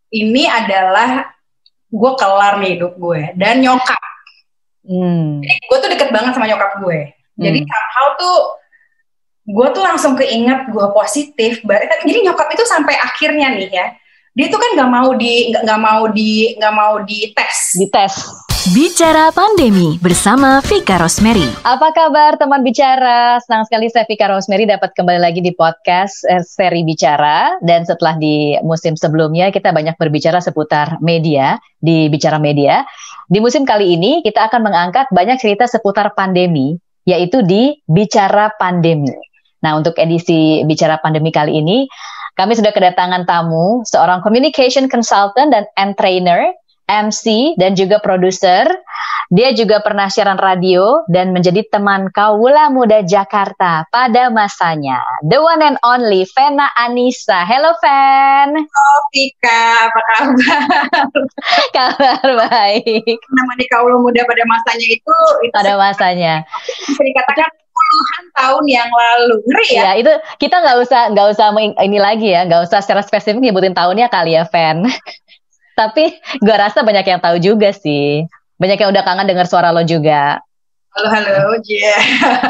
ini adalah gue kelar nih hidup gue. Dan nyokap. Jadi gue tuh deket banget sama nyokap gue. Jadi somehow tuh gue tuh langsung keinget gue positif. Jadi nyokap itu sampai akhirnya nih ya, dia tuh kan nggak mau dites. Bicara Pandemi bersama Vika Rosemary. Apa kabar teman bicara? Senang sekali saya Vika Rosemary dapat kembali lagi di podcast seri Bicara. Dan setelah di musim sebelumnya kita banyak berbicara seputar media di Bicara Media. Di musim kali ini kita akan mengangkat banyak cerita seputar pandemi, yaitu di Bicara Pandemi. Nah, untuk edisi Bicara Pandemi kali ini kami sudah kedatangan tamu, seorang communication consultant and trainer, MC dan juga produser. Dia juga pernah siaran radio dan menjadi teman kaula muda Jakarta pada masanya. The one and only Vena Anissa. Hello Ven. Halo Vika, apa kabar? Kabar baik. Namanya kaula muda pada masanya itu pada masanya. Bisa dikatakan puluhan tahun yang lalu. Ngeri ya? Ya, itu kita nggak usah ini lagi ya, nggak usah secara spesifik nyebutin tahunnya kali ya, Ven. Tapi gue rasa banyak yang tahu juga sih. Banyak yang udah kangen dengar suara lo juga. Halo, yeah.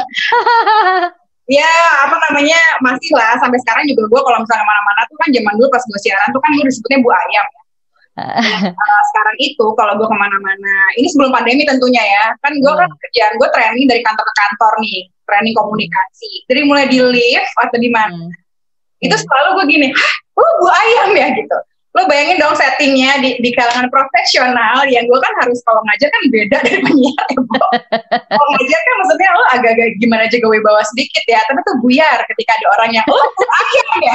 Ya, masih lah. Sampai sekarang juga gue kalau misalnya kemana-mana tuh kan zaman dulu pas gue siaran tuh kan gue disebutnya Bu Ayam. Sekarang itu kalau gue kemana-mana, ini sebelum pandemi tentunya ya, kan gue kan kerjaan gue training dari kantor ke kantor nih, training komunikasi. Jadi mulai di lift atau di mana, itu selalu gue gini, Bu Ayam ya gitu. Lo bayangin dong settingnya di kalangan profesional yang gue kan harus kalau ngajar kan beda dari penyiar ya, Bu. Kalau ngajar kan maksudnya lo agak-agak gimana jaga wibawa sedikit ya, tapi tuh buyar ketika ada orang yang Ayam ya.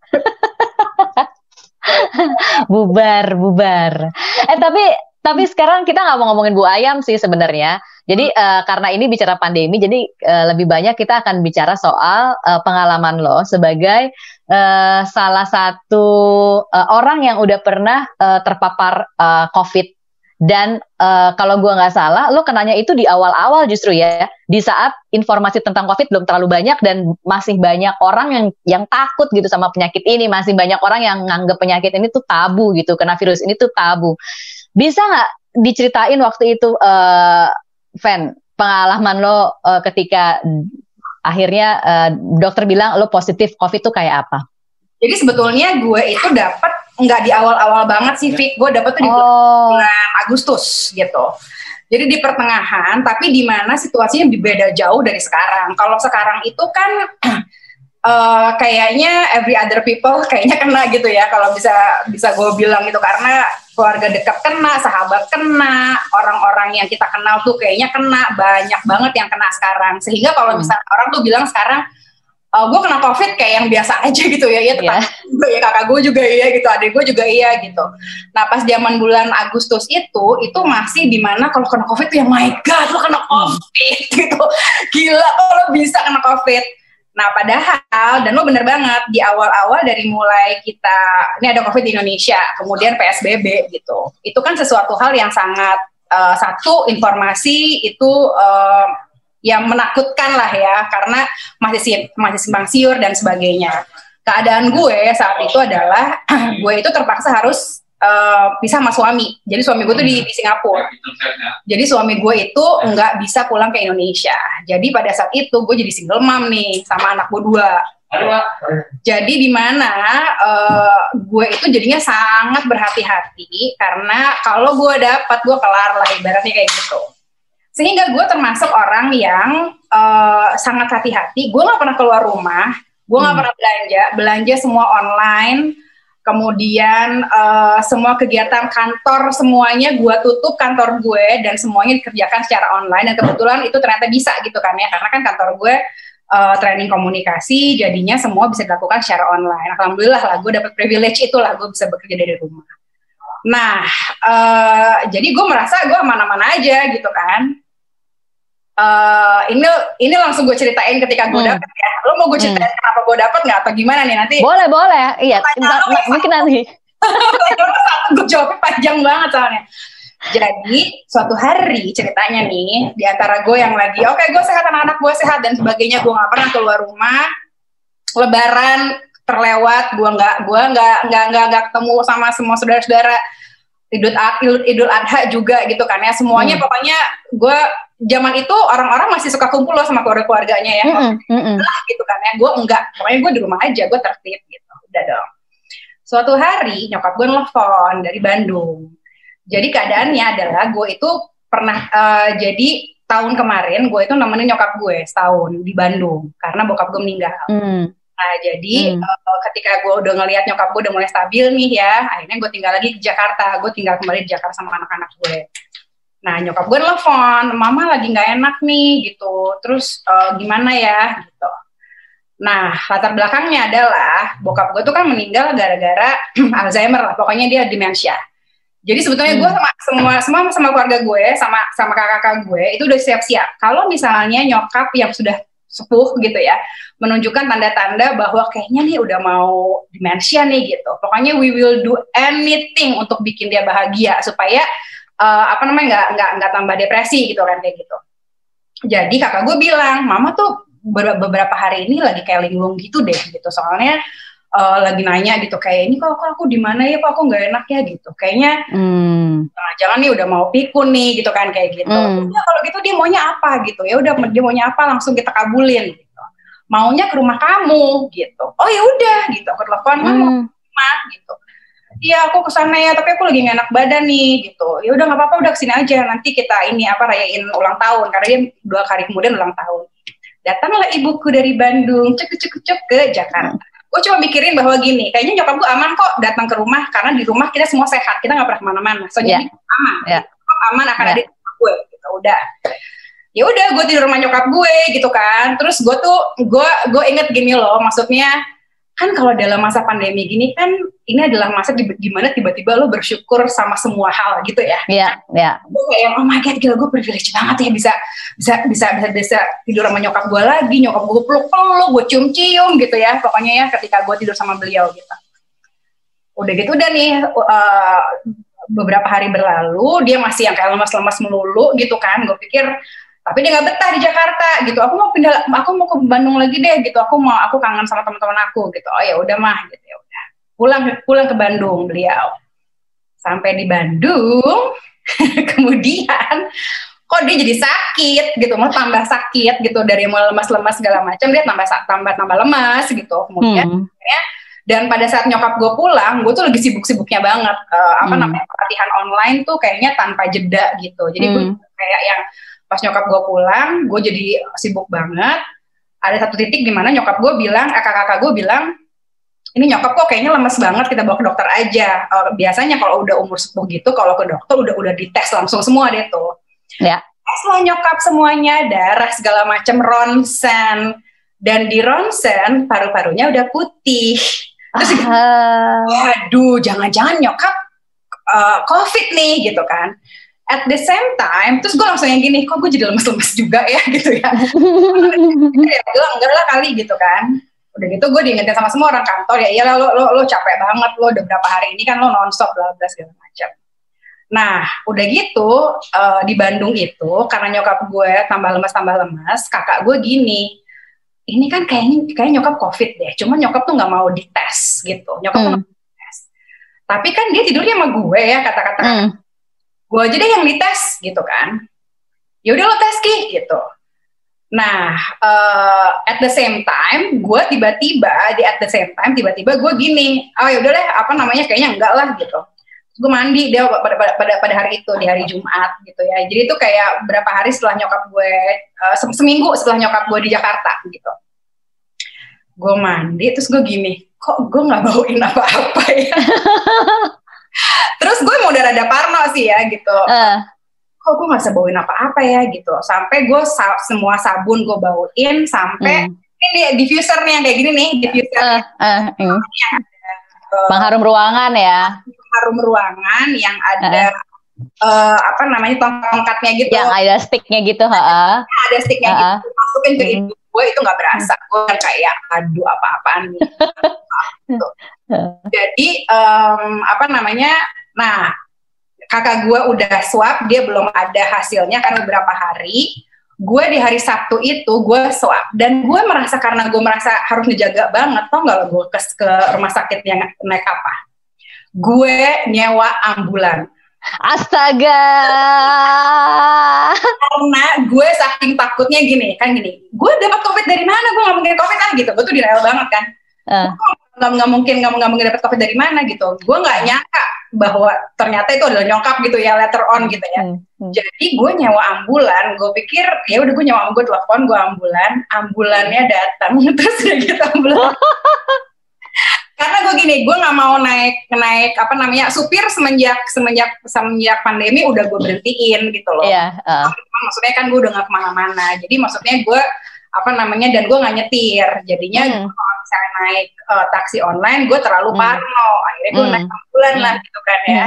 bubar. Tapi sekarang kita nggak mau ngomongin Bu Ayam sih sebenarnya. Jadi karena ini bicara pandemi, jadi lebih banyak kita akan bicara soal pengalaman lo sebagai salah satu orang yang udah pernah terpapar COVID. Dan kalau gue nggak salah, lo kenanya itu di awal-awal justru ya, di saat informasi tentang COVID belum terlalu banyak dan masih banyak orang yang takut gitu sama penyakit ini, masih banyak orang yang nganggep penyakit ini tuh tabu gitu, kena virus ini tuh tabu. Bisa nggak diceritain waktu itu, Ven, pengalaman lo ketika akhirnya dokter bilang lo positif COVID tuh kayak apa? Jadi sebetulnya gue itu dapat nggak di awal-awal banget sih, Vic. Gue dapet tuh di bulan Agustus gitu. Jadi di pertengahan, tapi di mana situasinya beda jauh dari sekarang. Kalau sekarang itu kan kayaknya every other people kayaknya kena gitu ya. Kalau bisa gue bilang gitu, karena keluarga dekat kena, sahabat kena, orang-orang yang kita kenal tuh kayaknya kena, banyak banget yang kena sekarang. Sehingga kalau misalnya orang tuh bilang sekarang, gue kena COVID kayak yang biasa aja gitu ya, tetangga gue ya, kakak gue juga iya gitu, adik gue juga iya gitu. Nah pas zaman bulan Agustus itu masih dimana kalau kena COVID tuh ya my God lo kena COVID gitu, gila lo bisa kena COVID. Nah padahal, dan lo bener banget, di awal-awal dari mulai kita, ini ada COVID di Indonesia, kemudian PSBB gitu, itu kan sesuatu hal yang sangat, satu informasi itu yang menakutkan lah ya, karena masih simpang siur dan sebagainya. Keadaan gue saat itu adalah, gue itu terpaksa harus pisah sama suami. Jadi suami gue tuh di Singapura. Jadi suami gue itu nggak bisa pulang ke Indonesia. Jadi pada saat itu gue jadi single mom nih sama anak gue 2. Jadi di mana gue itu jadinya sangat berhati-hati karena kalau gue dapat gue kelar lah ibaratnya kayak gitu. Sehingga gue termasuk orang yang sangat hati-hati. Gue nggak pernah keluar rumah, gue nggak pernah belanja semua online. Kemudian semua kegiatan kantor semuanya gue tutup kantor gue dan semuanya dikerjakan secara online. Dan kebetulan itu ternyata bisa gitu kan ya, karena kan kantor gue training komunikasi, jadinya semua bisa dilakukan secara online. Alhamdulillah lah, gue dapat privilege itulah, gue bisa bekerja dari rumah. Nah, jadi gue merasa gue aman-aman aja gitu kan. Ini langsung gue ceritain ketika gue dapet ya. Lo mau gue ceritain kenapa gue dapet nggak atau gimana nih nanti? Boleh. Iya, mungkin nanti. Gue jawabnya panjang banget soalnya. Jadi suatu hari ceritanya nih, di antara gue yang lagi gue sehat, anak-anak gue sehat dan sebagainya, gue nggak pernah keluar rumah. Lebaran terlewat. Gue nggak ketemu sama semua saudara-saudara. Idul Adha juga gitu kan ya, semuanya pokoknya gue zaman itu orang-orang masih suka kumpul loh sama keluarganya ya, gitu kan ya, gue enggak, pokoknya gue di rumah aja, gue tertib gitu, udah dong. Suatu hari nyokap gue nelfon dari Bandung, jadi keadaannya adalah gue itu pernah jadi tahun kemarin gue itu nemenin nyokap gue setahun di Bandung karena bokap gue meninggal. Nah jadi ketika gue udah ngelihat nyokap gue udah mulai stabil nih ya, akhirnya gue tinggal lagi di Jakarta, gue tinggal kembali di Jakarta sama anak-anak gue. Nah nyokap gue nelfon, mama lagi nggak enak nih gitu, terus gimana ya gitu. Nah latar belakangnya adalah bokap gue tuh kan meninggal gara-gara Alzheimer lah, pokoknya dia demensia. Jadi sebetulnya gue sama keluarga gue, sama kakak-kakak gue itu udah siap-siap. Kalau misalnya nyokap yang sudah sepuh gitu ya, menunjukkan tanda-tanda bahwa kayaknya nih udah mau demensia nih gitu. Pokoknya we will do anything untuk bikin dia bahagia supaya nggak tambah depresi gitu kan, kayak gitu. Jadi kakak gue bilang, mama tuh beberapa hari ini lagi kayak linglung gitu deh gitu. Soalnya lagi nanya gitu, kayak ini kok aku di mana ya, kok aku nggak enak ya gitu. Kayaknya jangan nih udah mau pikun nih gitu kan, kayak gitu. Ya kalau gitu dia maunya apa gitu. Ya udah dia maunya apa langsung kita kabulin gitu. Maunya ke rumah kamu gitu. Oh ya udah gitu. Aku telepon mama gitu. Iya aku kesana ya, tapi aku lagi gak enak badan nih gitu. Ya udah nggak apa-apa, udah kesini aja. Nanti kita rayain ulang tahun karena dia 2 hari kemudian ulang tahun. Datanglah ibuku dari Bandung, cek ke Jakarta. Gue cuma mikirin bahwa gini, kayaknya nyokap gue aman kok datang ke rumah karena di rumah kita semua sehat, kita nggak pernah kemana-mana, soalnya aman akan ada di rumah gue. Gitu. Udah, ya udah gue tidur rumah nyokap gue gitu kan. Terus gue inget gini loh, maksudnya kan kalau dalam masa pandemi gini kan ini adalah masa dimana tiba-tiba lo bersyukur sama semua hal gitu ya. Gue kayak oh my god, gila gue privilege banget ya bisa tidur sama nyokap gue lagi, nyokap gue peluk-peluk, gue cium-cium gitu ya. Pokoknya ya ketika gue tidur sama beliau gitu. Udah gitu udah nih beberapa hari berlalu dia masih yang kayak lemas-lemas melulu gitu kan. Gue pikir tapi dia nggak betah di Jakarta gitu. Aku mau ke Bandung lagi deh gitu. Aku kangen sama teman-teman aku gitu. Oh ya udah mah gitu, ya udah. Pulang ke Bandung beliau. Sampai di Bandung kemudian kok dia jadi sakit gitu, mau tambah sakit gitu, dari mau lemas-lemas segala macam dia tambah lemas gitu. Kemudian dan pada saat nyokap gue pulang, gue tuh lagi sibuk-sibuknya banget pelatihan online tuh kayaknya tanpa jeda gitu. Jadi gue kayak yang pas nyokap gue pulang, gue jadi sibuk banget. Ada satu titik di mana nyokap gue bilang, kakak-kakak gue bilang, ini nyokap kok kayaknya lemes banget, kita bawa ke dokter aja. Biasanya kalau udah umur sepuh gitu, kalau ke dokter udah dites langsung semua deh tuh. Ya. Tes lah nyokap semuanya, darah segala macam, ronsen, dan di ronsen paru-parunya udah putih. Terus waduh, jangan-jangan nyokap COVID nih gitu kan. At the same time, terus gue langsung yang gini, kok gue jadi lemes-lemes juga ya gitu ya. Enggak lah kali gitu kan. Udah gitu gue diingetin sama semua orang kantor, ya iyalah lo capek banget, lo udah berapa hari ini kan lo nonstop bla segala macam. Nah udah gitu di Bandung itu karena nyokap gue tambah lemas, kakak gue gini, ini kan kayaknya nyokap COVID deh, cuman nyokap tuh nggak mau dites gitu, nyokap tuh nggak mau dites. Tapi kan dia tidurnya sama gue ya, kata-kata gue aja deh yang dites gitu kan. Ya udah lo tes Ki gitu. Nah, at the same time gue tiba-tiba gue gini, oh ya udah deh kayaknya enggak lah gitu. Gue mandi dia pada hari itu, di hari Jumat gitu ya. Jadi itu kayak berapa hari setelah nyokap gue, seminggu setelah nyokap gue di Jakarta gitu. Gue mandi terus gue gini, kok gue nggak bawain apa-apa ya. Terus gue mau rada parno sih ya gitu. Kok gue gak bisa bawain apa-apa ya gitu. Sampai gue semua sabun gue bawain. Sampai ini diffuser nih yang kayak gini nih. Diffuser pengharum ruangan ya. Pengharum ruangan yang ada tongkatnya gitu. Yang ada sticknya gitu. Ada sticknya gitu. Masukin ke hidung gue itu gak berasa. Gue kayak aduh apa-apaan nih. Gitu. Jadi nah kakak gue udah swab, dia belum ada hasilnya kan beberapa hari. gue di hari Sabtu itu gue swab, dan gue merasa karena gue merasa harus ngejaga banget, tau nggak lo gue ke rumah sakit yang naik apa? Gue nyewa ambulan. Astaga. Karena gue saking takutnya gini, gue dapat COVID dari mana? Gue nggak mungkin COVID gitu. Gue tuh denial banget kan. Nggak mungkin dapat COVID dari mana gitu. Gue nggak nyangka bahwa ternyata itu adalah nyokap gitu ya, later on gitu ya. Jadi gue nyewa ambulan. Gue pikir ya udah gue nyewa, gue telepon, gue ambulannya datang terus udah gitu ambulan. Karena gue gini, gue nggak mau naik supir semenjak pandemi udah gue berhentiin gitu loh. Maksudnya kan gue udah nggak kemana-mana. Jadi maksudnya gue dan gue nggak nyetir. Jadinya kalau misalnya naik taksi online, gue terlalu parno. Akhirnya gue naik ambulan lah gitu kan ya.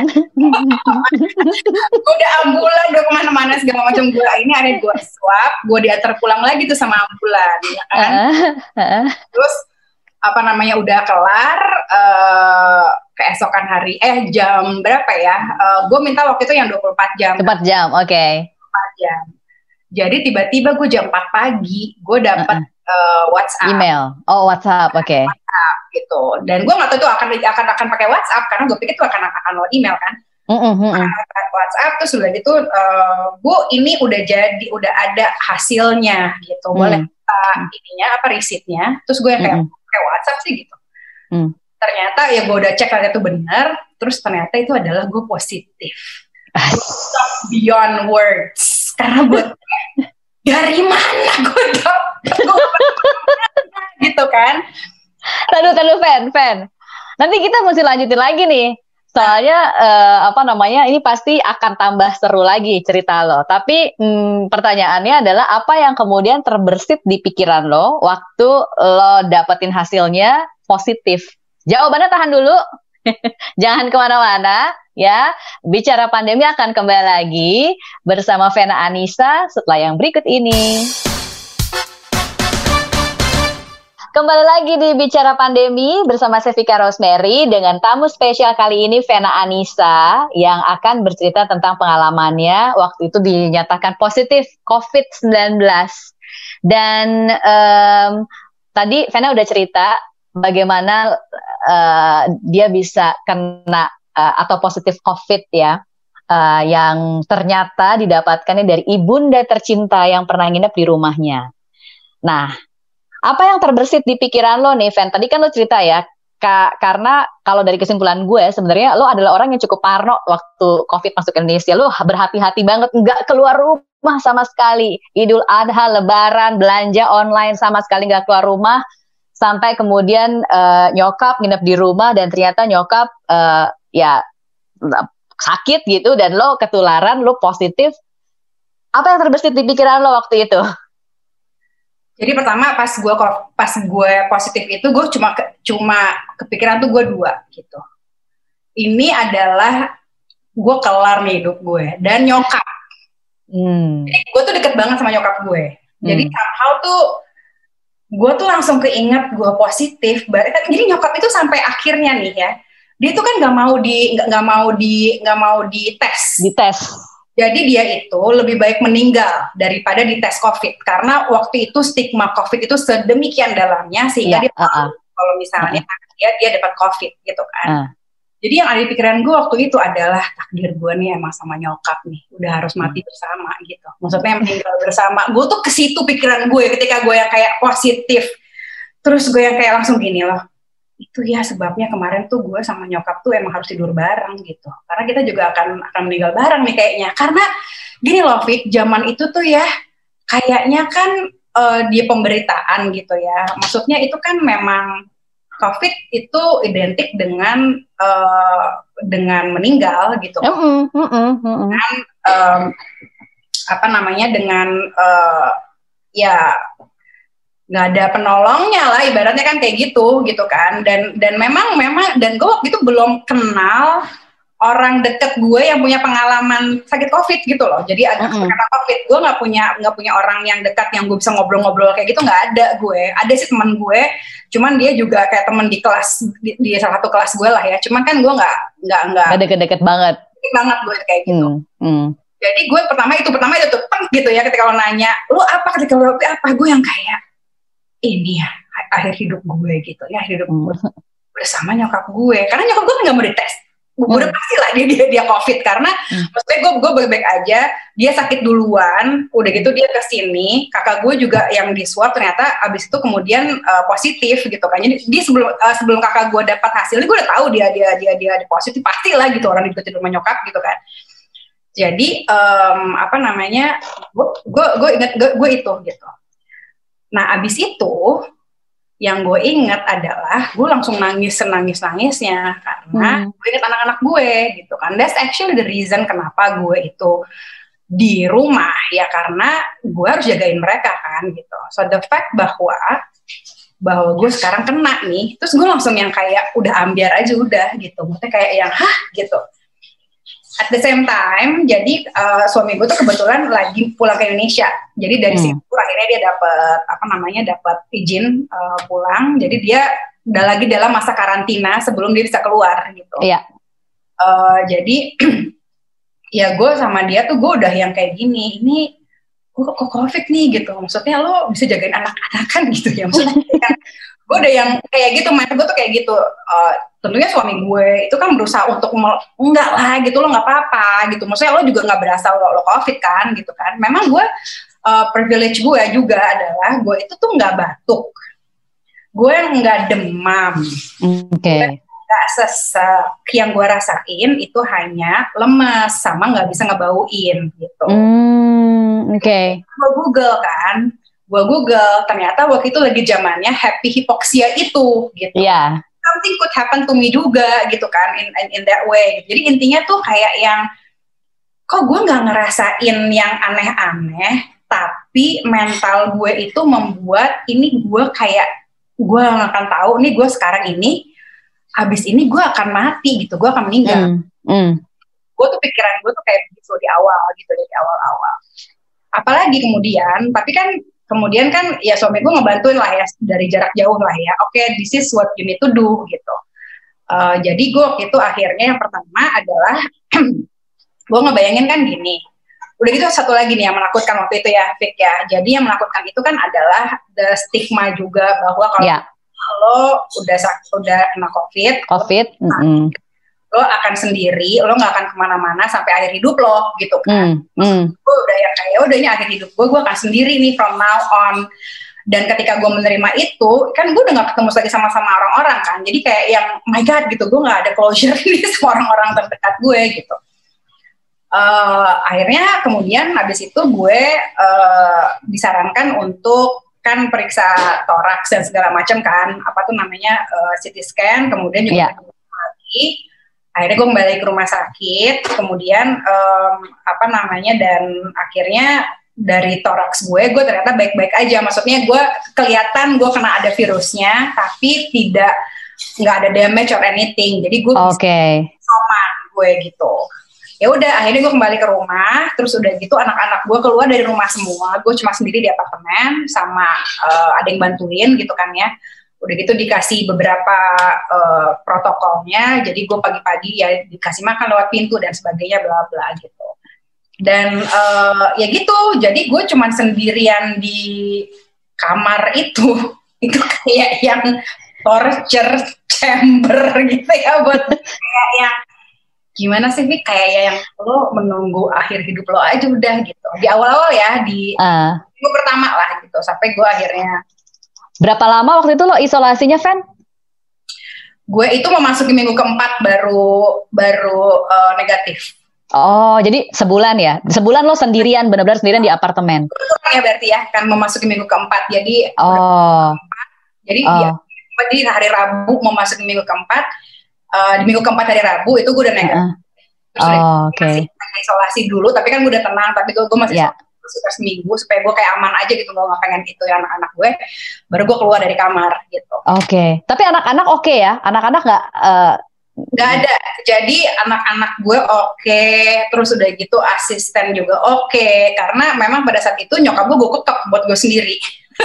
Gue udah ambulan, udah kemana-mana segala macam. Ini ada gue swab, gue diantar pulang lagi tuh sama ambulan, ya kan. Terus udah kelar, keesokan hari, jam berapa ya? Gue minta waktu itu yang 24 jam. 24 jam, oke. 24 jam. Jadi tiba-tiba gue jam 4 pagi, gue dapet WhatsApp. Email, WhatsApp, oke. WhatsApp gitu. Dan gue nggak tahu itu akan pakai WhatsApp, karena gue pikir itu akan lewat email kan. WhatsApp terus udah gitu, Bu ini udah ada hasilnya gitu. Boleh resitnya. Terus gue yang kayak WhatsApp sih gitu. Ternyata ya gue udah cek ternyata itu benar. Terus ternyata itu adalah gue positif. Beyond words. Karena gue dari mana gue gitu kan. Tadu Fan. Nanti kita mesti lanjutin lagi nih. Soalnya ini pasti akan tambah seru lagi cerita lo. Tapi pertanyaannya adalah apa yang kemudian terbersit di pikiran lo waktu lo dapetin hasilnya positif? Jawabannya tahan dulu. Jangan kemana-mana ya. Bicara Pandemi akan kembali lagi bersama Vena Anissa setelah yang berikut ini. Kembali lagi di Bicara Pandemi bersama saya Vika Rosemary dengan tamu spesial kali ini Vena Anissa yang akan bercerita tentang pengalamannya waktu itu dinyatakan positif COVID-19. Dan tadi Vena udah cerita bagaimana dia bisa kena atau positif COVID ya, yang ternyata didapatkannya dari ibunda tercinta yang pernah nginep di rumahnya. Nah, apa yang terbersit di pikiran lo nih, Ven? Tadi kan lo cerita ya, karena kalau dari kesimpulan gue, sebenarnya lo adalah orang yang cukup parno waktu COVID masuk ke Indonesia. Lo berhati-hati banget, nggak keluar rumah sama sekali. Idul Adha, Lebaran, belanja online sama sekali nggak keluar rumah. Sampai kemudian nyokap nginep di rumah dan ternyata nyokap sakit gitu dan lo ketularan, lo positif. Apa yang terbersit di pikiran lo waktu itu? Jadi pertama pas gue positif itu gue cuma kepikiran tuh gue 2 gitu. Ini adalah gue kelar nih hidup gue dan nyokap. Jadi gue tuh deket banget sama nyokap gue. Jadi somehow tuh gue tuh langsung keinget gue positif. Jadi nyokap itu sampai akhirnya nih ya, dia tuh kan nggak mau dites. Jadi dia itu lebih baik meninggal daripada dites COVID. Karena waktu itu stigma COVID itu sedemikian dalamnya sehingga dia kalau misalnya dia dapat COVID gitu kan. Jadi yang ada di pikiran gue waktu itu adalah takdir gue nih emang sama nyokap nih. Udah harus mati bersama gitu. Maksudnya meninggal bersama. Gue tuh ke situ pikiran gue ketika gue yang kayak positif. Terus gue yang kayak langsung gini loh. Itu ya sebabnya kemarin tuh gue sama nyokap tuh emang harus tidur bareng gitu. Karena kita juga akan meninggal bareng nih kayaknya. Karena gini loh Fik, zaman itu tuh ya kayaknya kan di pemberitaan gitu ya. Maksudnya itu kan memang COVID itu identik dengan meninggal gitu. Dengan ya nggak ada penolongnya lah ibaratnya kan kayak gitu kan. Dan memang dan gue waktu itu belum kenal orang deket gue yang punya pengalaman sakit COVID gitu loh. Jadi agak karena COVID gue nggak punya orang yang dekat yang gue bisa ngobrol-ngobrol kayak gitu, nggak ada gue. Ada sih teman gue, cuman dia juga kayak teman di kelas di salah satu kelas gue lah ya. Cuman kan gue nggak deket-deket banget. Deket banget gue kayak gitu. Jadi gue pertama itu tuh gitu ya, ketika lo nanya lo apa, ketika lo apa, gue yang kayak ini ya akhir hidup gue gitu ya, akhir hidup gue bersama nyokap gue, karena nyokap gue nggak mau dites. Udah pasti lah dia COVID, karena maksudnya gue baik-baik aja, dia sakit duluan, udah gitu dia kesini, kakak gue juga yang di swab ternyata abis itu kemudian positif gitu kan. Jadi dia sebelum kakak gue dapat hasilnya, gue udah tahu dia positif, pasti lah gitu, orang di rumah nyokap gitu kan. Jadi gue ingat gue itu gitu. Nah abis itu yang gue ingat adalah gue langsung nangisnya karena gue ingat anak-anak gue gitu kan. That's actually the reason kenapa gue itu di rumah ya, karena gue harus jagain mereka kan gitu. So the fact bahwa gue sekarang kena nih, terus gue langsung yang kayak udah ambiar aja udah gitu, maksudnya kayak yang hah gitu. At the same time, jadi suami gue tuh kebetulan lagi pulang ke Indonesia. Jadi dari situ akhirnya dia dapat izin pulang. Jadi dia udah lagi dalam masa karantina sebelum dia bisa keluar gitu. Iya. Jadi ya gue sama dia tuh gue udah yang kayak gini. Ini gue kok COVID nih gitu. Maksudnya lo bisa jagain anak-anakan gitu ya. Maksudnya gue udah yang kayak gitu, mindset gue tuh kayak gitu. Tentunya suami gue itu kan berusaha untuk enggak lah gitu, lo nggak apa-apa gitu. Maksudnya lo juga nggak berasa lo COVID kan gitu kan. Memang gue privilege gue juga adalah gue itu tuh nggak batuk, gue nggak demam, nggak sesek. Yang gue rasain itu hanya lemas sama nggak bisa ngebauin gitu. Gue Google ternyata waktu itu lagi zamannya happy hypoxia itu gitu. Iya. Something could happen to me juga gitu kan, in that way. Jadi intinya tuh kayak yang kok gue nggak ngerasain yang aneh-aneh, tapi mental gue itu membuat ini gue kayak gue nggak akan tahu nih gue sekarang ini abis ini gue akan mati gitu, gue akan meninggal. Gue tuh pikiran gue tuh kayak begitu di awal gitu, dari awal-awal. Apalagi kemudian kan ya suami gue ngebantuin lah ya dari jarak jauh lah ya. Oke, this is what you need to do gitu. Jadi gue waktu itu akhirnya yang pertama adalah gue ngebayangin kan gini. Udah gitu satu lagi nih yang menakutkan waktu itu ya, Fik ya. Jadi yang menakutkan itu kan adalah the stigma juga bahwa kalau udah kena COVID, lo akan sendiri, lo nggak akan kemana-mana sampai akhir hidup lo gitu kan. Gue udah yang kayak udah ini akhir hidup gue akan sendiri nih from now on. Dan ketika gue menerima itu kan gue udah nggak ketemu lagi sama orang-orang kan, jadi kayak yang oh my god gitu, gue nggak ada closure nih sama orang-orang terdekat gue gitu. Akhirnya kemudian habis itu gue disarankan untuk kan periksa toraks dan segala macam kan, CT scan, kemudian juga lagi. Akhirnya gue kembali ke rumah sakit, kemudian dan akhirnya dari toraks gue ternyata baik-baik aja. Maksudnya gue kelihatan gue kena ada virusnya, tapi nggak ada damage or anything. Jadi gue aman gue gitu. Ya udah, akhirnya gue kembali ke rumah, terus udah gitu anak-anak gue keluar dari rumah semua. Gue cuma sendiri di apartemen, sama ada yang bantuin gitu kan ya. Udah gitu dikasih beberapa protokolnya, jadi gue pagi-pagi ya dikasih makan lewat pintu dan sebagainya bla bla gitu. Dan ya gitu, jadi gue cuman sendirian di kamar itu kayak yang torture chamber gitu ya, buat kayak yang gimana sih Fik, kayak yang lo menunggu akhir hidup lo aja udah gitu. Di awal-awal ya, di minggu pertama lah gitu, sampai gue akhirnya. Berapa lama waktu itu lo isolasinya, Fen? Gue itu memasuki minggu keempat baru negatif. Oh, jadi sebulan ya? Sebulan lo sendirian, benar-benar sendirian di apartemen? Ya berarti ya, kan memasuki minggu keempat. Jadi di hari Rabu memasuki minggu keempat. Di minggu keempat hari Rabu itu gue udah negatif. Terus masih isolasi dulu, tapi kan gue udah tenang. Tapi gue masih sekitar seminggu supaya gue kayak aman aja gitu, gue nggak pengen itu ya anak-anak gue. Baru gue keluar dari kamar gitu. Tapi anak-anak oke ya? Anak-anak nggak ada. Jadi anak-anak gue oke. Terus udah gitu asisten juga oke. Karena memang pada saat itu nyokap gue kekep buat gue sendiri.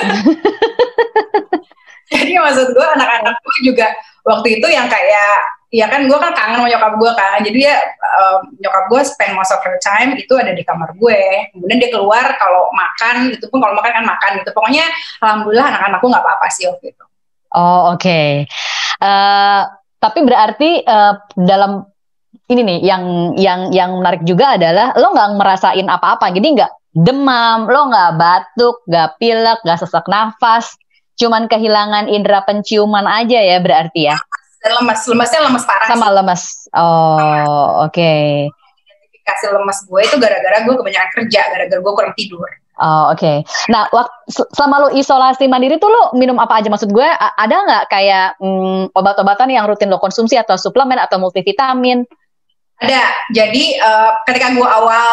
Jadi maksud gue anak-anak gue juga waktu itu yang kayak ya kan gue kan kangen sama nyokap gue kan, jadi ya nyokap gue spend most of her time itu ada di kamar gue, kemudian dia keluar kalau makan, itu pun kalau makan kan makan gitu, pokoknya alhamdulillah anak-anakku nggak apa-apa sih waktu itu. Oh, oke. Tapi berarti dalam ini nih yang menarik juga adalah lo nggak ngerasain apa-apa, jadi nggak demam, lo nggak batuk, nggak pilek, nggak sesak nafas, cuman kehilangan indera penciuman aja ya berarti ya. Dan lemesnya lemes parah sama sih. Lemes. Oh, oke. Identifikasi lemes gue itu gara-gara gue kebanyakan kerja, gara-gara gue kurang tidur. Oh, oke. Nah, selama lo isolasi mandiri tuh lo minum apa aja? Maksud gue ada nggak kayak obat-obatan yang rutin lo konsumsi atau suplemen atau multivitamin? Ada. Jadi ketika gue awal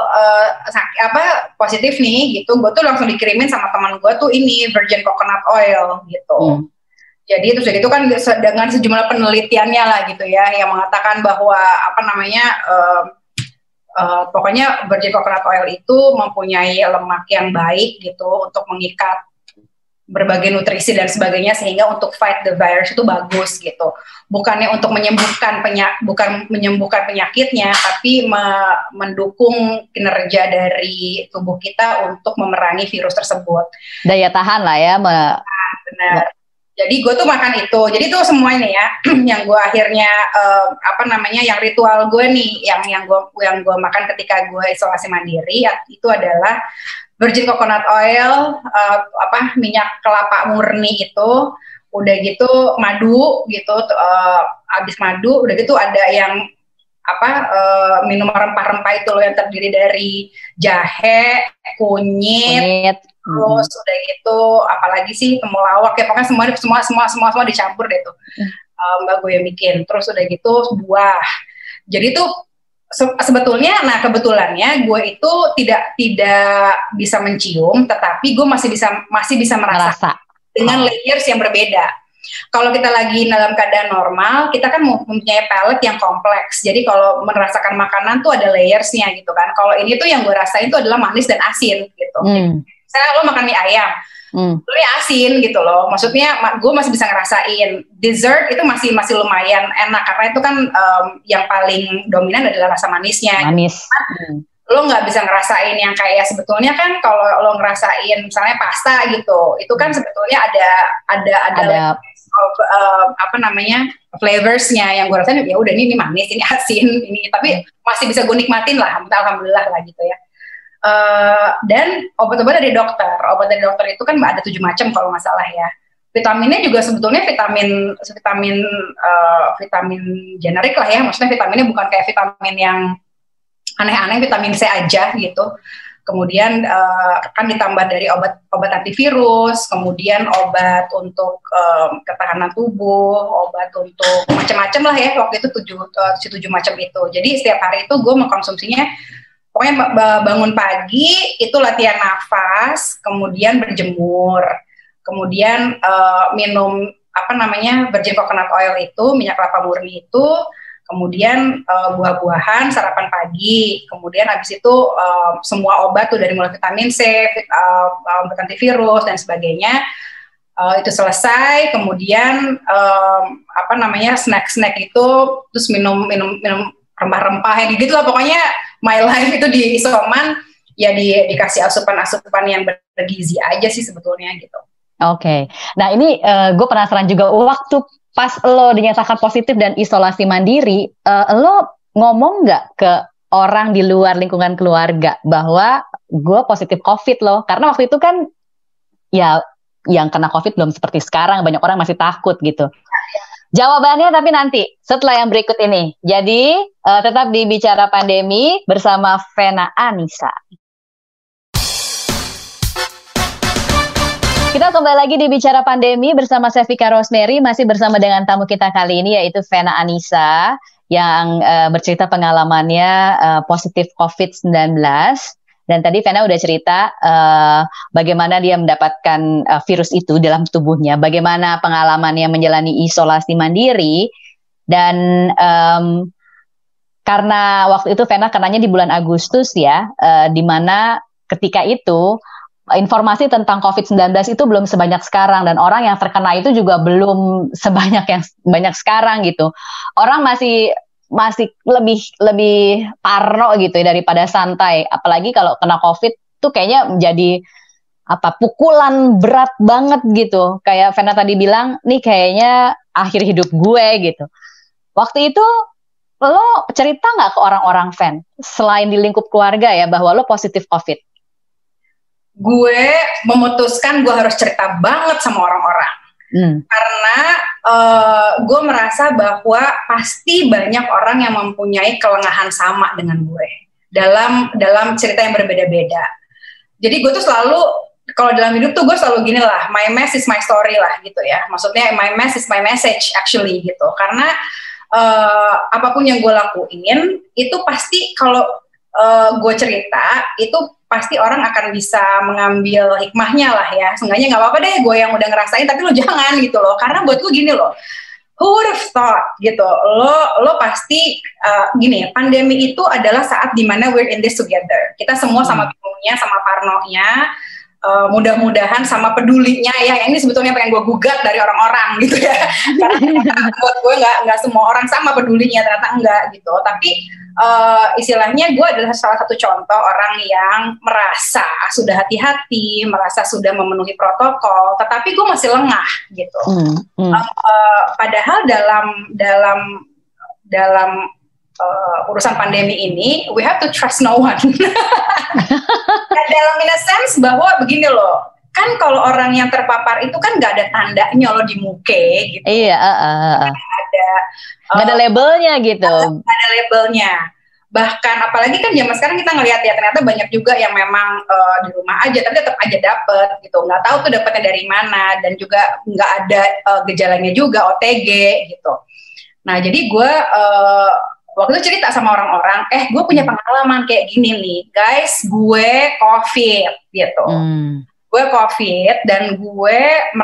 positif nih gitu, gue tuh langsung dikirimin sama teman gue tuh ini virgin coconut oil gitu. Jadi terus itu kan dengan sejumlah penelitiannya lah gitu ya, yang mengatakan bahwa pokoknya virgin coconut oil itu mempunyai lemak yang baik gitu untuk mengikat berbagai nutrisi dan sebagainya, sehingga untuk fight the virus itu bagus gitu. Bukannya untuk menyembuhkan penyakitnya, tapi mendukung kinerja dari tubuh kita untuk memerangi virus tersebut. Daya tahan lah ya. Benar. Jadi gue tuh makan itu. Jadi tuh semuanya ya, yang gue akhirnya yang ritual gue nih, yang gue makan ketika gue isolasi mandiri itu adalah virgin coconut oil, minyak kelapa murni itu, udah gitu madu gitu, abis madu udah gitu ada yang minum rempah-rempah itu loh, yang terdiri dari jahe, kunyit. Terus udah gitu apalagi sih, temulawak ya, pokoknya semua dicampur deh tuh. Mbak gue yang bikin. Terus udah gitu buah. Jadi tuh sebetulnya, nah kebetulannya gue itu tidak bisa mencium, tetapi gue masih bisa merasa dengan layers yang berbeda. Kalau kita lagi dalam keadaan normal, kita kan mempunyai palate yang kompleks. Jadi kalau merasakan makanan tuh ada layersnya gitu kan. Kalau ini tuh yang gue rasain tuh adalah manis dan asin gitu. Misalnya lo makan mie ayam, lo asin gitu loh. Maksudnya gue masih bisa ngerasain. Dessert itu masih lumayan enak, karena itu kan yang paling dominan adalah rasa manisnya. Manis. Lo nggak bisa ngerasain yang kayak sebetulnya kan kalau lo ngerasain misalnya pasta gitu, itu kan sebetulnya ada flavorsnya yang gue rasain ya udah ini manis, ini asin, ini tapi masih bisa gue nikmatin lah, alhamdulillah lah gitu ya. Dan obat-obat dari dokter itu kan ada 7 macam kalau nggak salah ya. Vitaminnya juga sebetulnya vitamin generik lah ya, maksudnya vitaminnya bukan kayak vitamin yang aneh-aneh, vitamin C aja gitu. Kemudian kan ditambah dari obat antivirus, kemudian obat untuk ketahanan tubuh, obat untuk macam-macam lah ya, waktu itu 7 macam itu. Jadi setiap hari itu gue mengkonsumsinya, pokoknya bangun pagi itu latihan nafas, kemudian berjemur, kemudian minum virgin coconut oil itu, minyak kelapa murni itu, kemudian buah-buahan, sarapan pagi, kemudian habis itu semua obat tuh dari mulai vitamin C, obat antivirus dan sebagainya, itu selesai, kemudian snack itu, terus minum rempah-rempah yang gitu lah, pokoknya my life itu di isoman ya dikasih asupan-asupan yang bergizi aja sih sebetulnya gitu. Oke. Nah ini gue penasaran juga, waktu pas lo dinyatakan positif dan isolasi mandiri, lo ngomong nggak ke orang di luar lingkungan keluarga bahwa gue positif COVID lo? Karena waktu itu kan ya yang kena COVID belum seperti sekarang, banyak orang masih takut gitu. Jawabannya tapi nanti setelah yang berikut ini. Jadi tetap di Bicara Pandemi bersama Vena Anissa. Kita kembali lagi di Bicara Pandemi bersama saya Vika Rosemary, masih bersama dengan tamu kita kali ini yaitu Vena Anissa yang bercerita pengalamannya positif COVID-19. Dan tadi Vena udah cerita bagaimana dia mendapatkan virus itu dalam tubuhnya, bagaimana pengalamannya menjalani isolasi mandiri, dan karena waktu itu Vena kenanya di bulan Agustus ya, di mana ketika itu informasi tentang COVID-19 itu belum sebanyak sekarang, dan orang yang terkena itu juga belum sebanyak yang banyak sekarang gitu. Orang masih lebih parno gitu ya daripada santai. Apalagi kalau kena COVID tuh kayaknya menjadi pukulan berat banget gitu. Kayak Vena tadi bilang, nih kayaknya akhir hidup gue gitu. Waktu itu lo cerita nggak ke orang-orang, Ven, selain di lingkup keluarga ya, bahwa lo positif COVID? Gue memutuskan gue harus cerita banget sama orang-orang. Karena gue merasa bahwa pasti banyak orang yang mempunyai kelengahan sama dengan gue dalam cerita yang berbeda-beda. Jadi gue tuh selalu, kalau dalam hidup tuh gue selalu gini lah, my mess is my story lah gitu ya. Maksudnya my mess is my message actually gitu. Karena apapun yang gue lakuin itu pasti kalau gue cerita itu pasti orang akan bisa mengambil hikmahnya lah ya. Seenggaknya nggak apa-apa deh gue yang udah ngerasain, tapi lo jangan gitu loh. Karena buat gue gini loh, who would have thought gitu. Lo pasti gini, pandemi itu adalah saat dimana we're in this together. Kita semua sama bingungnya, sama parnonya. Mudah-mudahan sama pedulinya ya, yang ini sebetulnya pengen gue gugat dari orang-orang gitu ya. Karena buat gue nggak semua orang sama pedulinya, ternyata enggak gitu. Tapi istilahnya gue adalah salah satu contoh orang yang merasa sudah hati-hati, merasa sudah memenuhi protokol, tetapi gue masih lengah gitu. Padahal dalam urusan pandemi ini, we have to trust no one. Nah, dalam in a sense bahwa begini loh, kan kalau orang yang terpapar itu kan nggak ada tandanya lo di muka gitu. Iya, nggak ada labelnya gitu. Nggak ada labelnya. Bahkan apalagi kan zaman sekarang kita ngelihat ya, ternyata banyak juga yang memang di rumah aja tapi tetap aja dapet gitu. Nggak tahu tuh dapetnya dari mana, dan juga nggak ada gejalanya juga, OTG gitu. Nah jadi gue waktu itu cerita sama orang-orang, gue punya pengalaman kayak gini nih, guys, gue COVID gitu. Gue COVID dan gue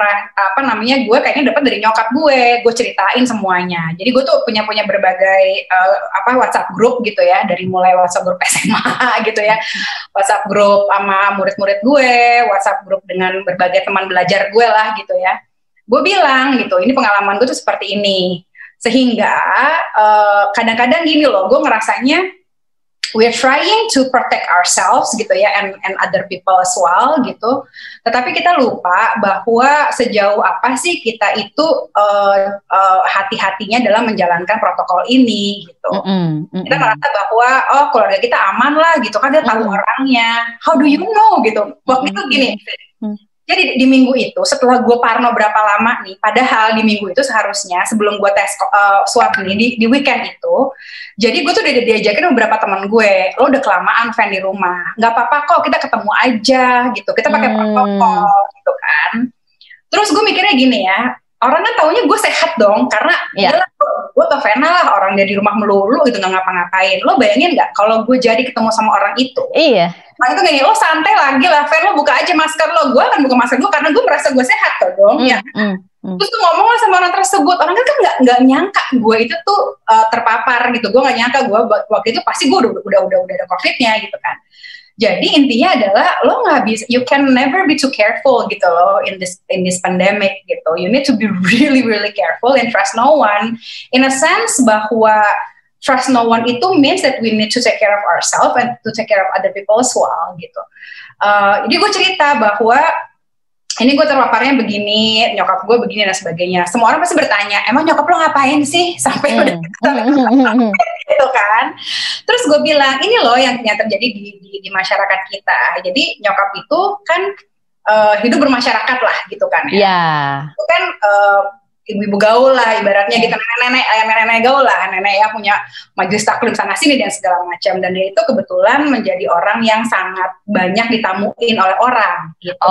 gue kayaknya dapat dari nyokap gue ceritain semuanya. Jadi gue tuh punya berbagai WhatsApp grup gitu ya, dari mulai WhatsApp grup SMA gitu ya, WhatsApp grup sama murid-murid gue, WhatsApp grup dengan berbagai teman belajar gue lah gitu ya. Gue bilang gitu, ini pengalaman gue tuh seperti ini. Sehingga kadang-kadang gini loh, gue ngerasanya we're trying to protect ourselves gitu ya, and other people as well gitu. Tetapi kita lupa bahwa sejauh apa sih kita itu hati-hatinya dalam menjalankan protokol ini gitu. Kita merasa bahwa keluarga kita aman lah gitu kan, dia tahu orangnya. How do you know gitu? Waktu itu gini. Jadi di minggu itu, setelah gue parno berapa lama nih, padahal di minggu itu seharusnya sebelum gue tes swab nih, di weekend itu, jadi gue tuh udah diajakin beberapa teman gue, lo udah kelamaan Ven di rumah, nggak apa-apa kok, kita ketemu aja gitu, kita pakai protokol gitu kan. Terus gue mikirnya gini ya, orang kan taunya gue sehat dong, karena gue tau Vena lah, orang dia di rumah melulu gitu, nggak ngapa-ngapain. Lo bayangin nggak kalau gue jadi ketemu sama orang itu? Iya. Nah itu gini, lo santai lagi lah, Ven, lo buka aja masker lo. Gue akan buka masker gue karena gue merasa gue sehat tuh dong. Terus tuh ngomong lah sama orang tersebut, orang kan nggak nyangka gue itu tuh terpapar gitu. Gue nggak nyangka gue waktu itu pasti gue udah ada COVID-nya gitu kan. Jadi intinya adalah lo nggak bisa, you can never be too careful gitu loh in this pandemic gitu. You need to be really really careful and trust no one. In a sense bahwa trust no one itu means that we need to take care of ourselves and to take care of other people as well gitu. Jadi gue cerita bahwa ini gue terpaparnya begini, nyokap gue begini dan sebagainya. Semua orang pasti bertanya, emang nyokap lo ngapain sih sampai udah gitu kan? Terus gue bilang, ini loh yang terjadi di masyarakat kita. Jadi nyokap itu kan hidup bermasyarakat lah gitu kan ya. Yeah. Itu kan ibu-ibu gaul lah ibaratnya gitu, nenek-nenek gaul lah, nenek ya punya majelis taklim sana sini dan segala macam, dan dia itu kebetulan menjadi orang yang sangat banyak ditamuin oleh orang gitu.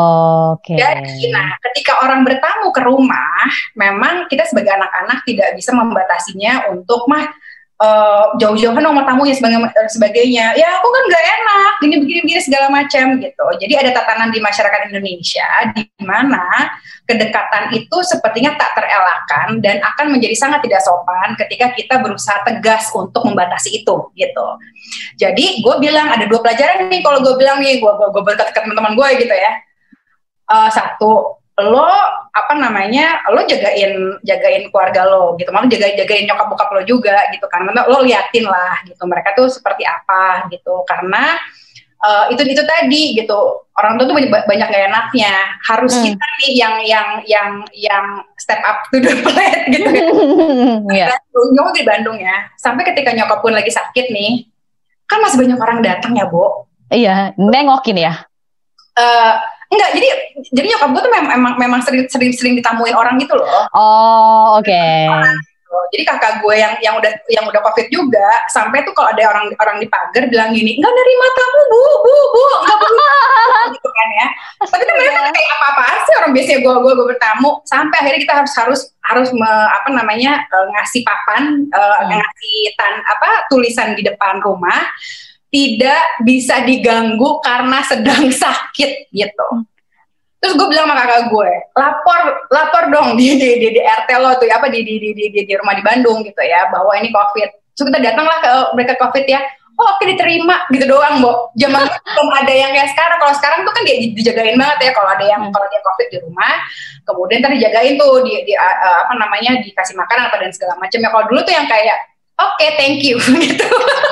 Jadi nah ketika orang bertamu ke rumah, memang kita sebagai anak-anak tidak bisa membatasinya untuk jauh-jauhan sama tamu ya sebagainya. Ya aku kan nggak enak, gini segala macam gitu. Jadi ada tatanan di masyarakat Indonesia di mana kedekatan itu sepertinya tak terelakkan dan akan menjadi sangat tidak sopan ketika kita berusaha tegas untuk membatasi itu gitu. Jadi gue bilang ada 2 pelajaran nih kalau gue bilang nih, gue berkata ke teman-teman gue gitu ya. Satu, lo lo jagain keluarga lo gitu, malah jagain nyokap bokap lo juga gitu kan, lo liatin lah gitu mereka tuh seperti apa gitu, karena itu tadi gitu, orang tua tuh banyak gak enaknya, harus kita nih yang step up to the plate gitu kan. Nyokap di Bandung ya, sampai ketika nyokap pun lagi sakit nih, kan masih banyak orang datang ya, Bo. Iya, nengokin ya. Enggak, jadi nyokap gue tuh memang sering ditamuin orang gitu loh. Oh, oke. Jadi kakak gue yang udah COVID juga, sampai tuh kalau ada orang di pagar bilang gini, nggak nerima tamu bu, nggak boleh gitu kan ya. Tapi kan mereka kayak apa-apaan sih orang biasanya gue bertamu, sampai akhirnya kita harus ngasih papan, ngasih tulisan di depan rumah. Tidak bisa diganggu karena sedang sakit gitu. Terus gue bilang sama kakak gue, lapor dong di RT lo tuh, di rumah di Bandung gitu ya, bahwa ini COVID. Terus kita datanglah ke mereka COVID ya. Oh oke, diterima gitu doang, Bo. Zaman belum ada yang kayak sekarang. Kalau sekarang tuh kan dia dijagain banget ya, kalau dia COVID di rumah, kemudian tadi dijagain tuh dikasih makanan dan segala macam ya. Kalau dulu tuh yang kayak oke, thank you gitu.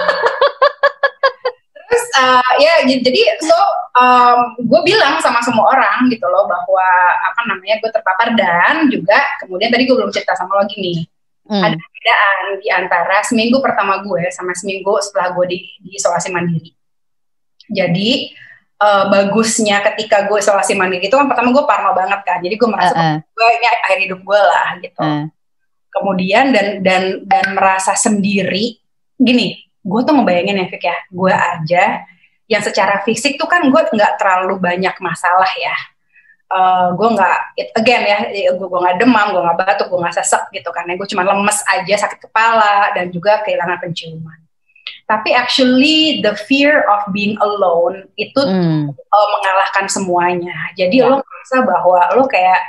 Terus jadi gue bilang sama semua orang gitu loh bahwa gue terpapar, dan juga kemudian tadi gue belum cerita sama lo gini, ada perbedaan di antara seminggu pertama gue sama seminggu setelah gue di isolasi mandiri. Jadi bagusnya ketika gue isolasi mandiri itu kan pertama gue parno banget kan, jadi gue merasa gue ini akhir hidup gue lah gitu. Kemudian dan merasa sendiri gini. Gue tuh ngebayangin ya, Fik ya, gue aja yang secara fisik tuh kan gue nggak terlalu banyak masalah ya. Gue nggak, gue nggak demam, gue nggak batuk, gue nggak sesek gitu kan. Gue cuma lemes aja, sakit kepala, dan juga kehilangan penciuman. Tapi actually the fear of being alone itu mengalahkan semuanya. Jadi lo merasa bahwa lo kayak